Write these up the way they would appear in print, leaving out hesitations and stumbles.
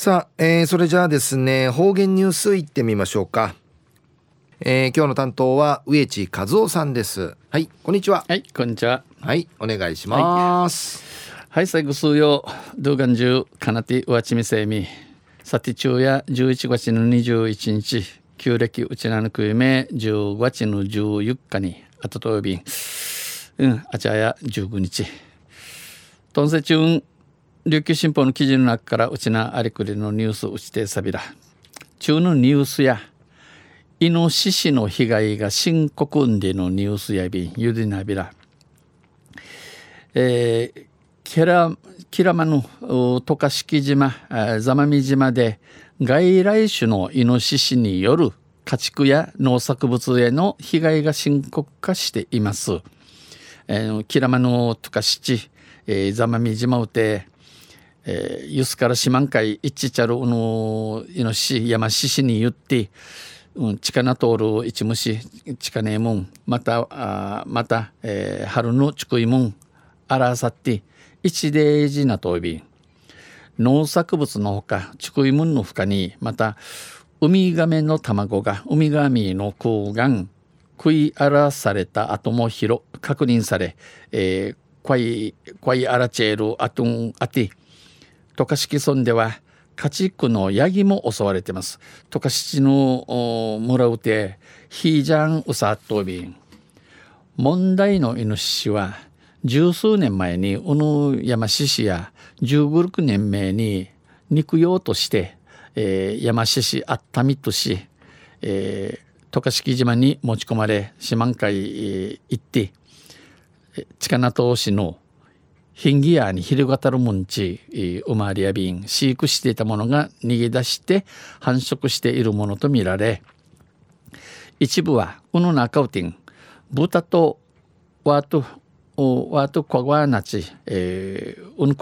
さあ、それじゃあですね、方言ニュースいってみましょうか。今日の担当は植地和夫さんです。はい、こんにちは。 はい、こんにちは。 はい、お願いします。 はい、最後数曜、動画中、かなてわちみせみ、さて中や11月の21日、旧暦うちなぬくいめ、10月の14日に、あととびん、あちゃや19日。とんせ中、琉球新報の記事の中からうちなありくりのニュースうちてさびら。中のニュースや、イノシシの被害が深刻んでのニュースやびん、ゆでなびら。キラマの渡嘉敷島、座間味島で外来種のイノシシによる家畜や農作物への被害が深刻化しています。キラマの渡嘉敷、座間味島うて、ユスから四万回一チャルのイノシシ山シシに言って、チカナトール一虫チカネームンまた、春のチクイムンあらさって一デージなとび農作物のほかチクイムンのほかにまたウミガメの卵がウミガメの空眼食い荒らされた後も確認され、クイアラチェールアトンアティ渡嘉敷村では家畜のヤギも襲われています。渡嘉敷の村うてヒージャンウサットビン問題のイノシシは十数年前にうぬ山獅子や15、6年目に肉用として、山獅子あったみとし、渡嘉敷島に持ち込まれ四万回、行って近名投市のヒンギヤに昼がたるもんちウマリアビン飼育していたものが逃げ出して繁殖しているものとみられ、一部はうぬなかうてん豚とワートコガナチ、コ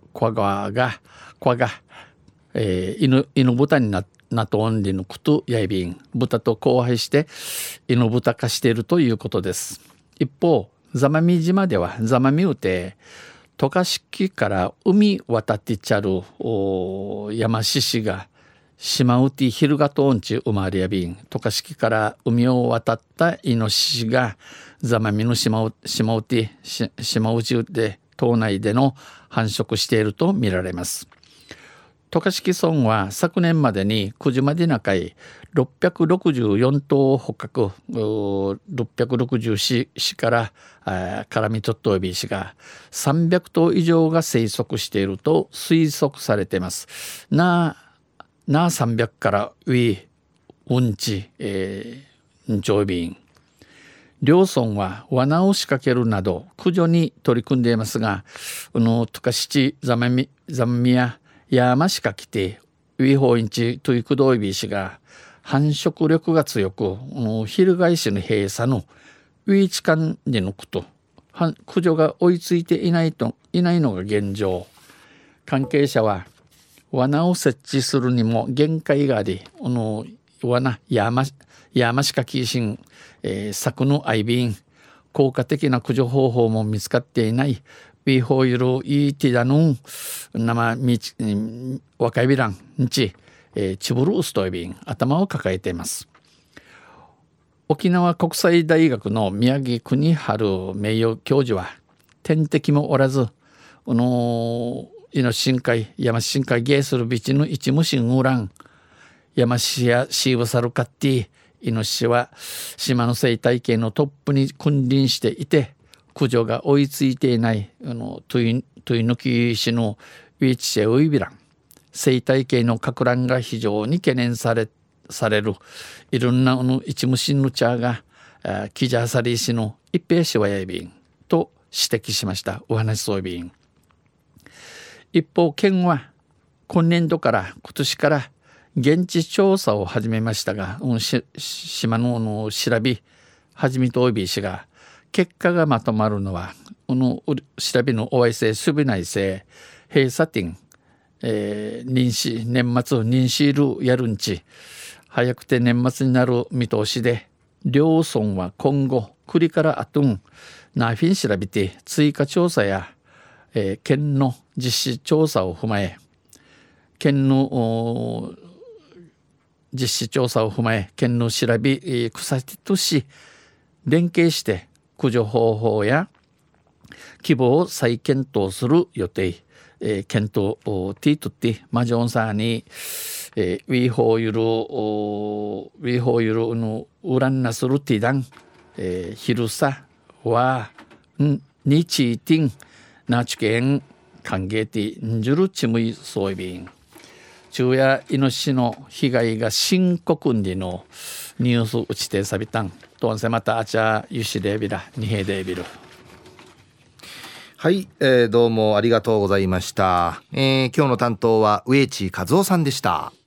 ガ、犬豚になとオンリのクトヤイビン豚と交配して犬豚化しているということです。一方座間味島では座間味うて渡嘉敷から海渡ってちゃる山獅子が島うてヒルガトーンチウマリアビン渡嘉敷から海を渡ったイノシシが座間味の島うちで島内での繁殖しているとみられます。渡嘉敷村は昨年までに久島で中い664頭を捕獲664から絡み取ったおびしが300頭以上が生息していると推測されています。300からウィうんちんちょいびん両村は罠を仕掛けるなど駆除に取り組んでいますが渡嘉敷ザマミやヤマシカ来てウィホインチトイクドイビー氏が繁殖力が強く翻しの閉鎖のウィーチ間でのこと駆除が追いついていないのが現状。関係者は罠を設置するにも限界があり罠ヤマシカキーシン、柵のアイビン効果的な駆除方法も見つかっていないビーホイルイーティダヌン生若いビランんちチブルーストイビン頭を抱えています。沖縄国際大学の宮城邦春名誉教授は天敵もおらずイノ深海山深海ゲーするビチの一無心ウラン山シやシーブサルカッティイノシシは島の生態系のトップに君臨していて駆除が追いついていないトイヌキシのウィーチシェウイビラン生態系の撹乱が非常に懸念されるいろんな一無心のチャーがキジャーサリー氏の一平シワヤビンと指摘しました。お話そうビン一方県は今年度から今年から現地調査を始めましたが島の調べ始めとおびしが結果がまとまるのは調べのおわいせすびないせ閉鎖点、年末認識るやるんち早くて年末になる見通しで両村は今後栗からあとんナーフィン調べて追加調査や、県の実施調査を踏まえ県の実施調査を踏まえ県の調べ草とし連携して駆除方法や規模を再検討する予定、検討ティートってマジョンサーにウィーホーユルのウランナスルティダン昼さはにチーティンナチケン歓迎ティンジュルチムイソイビン昼夜イノシシの被害が深刻にのニュース打ちてさびたんとんせまたあちゃゆしでびらにへでびる。 はい、どうもありがとうございました。今日の担当は植地和夫さんでした。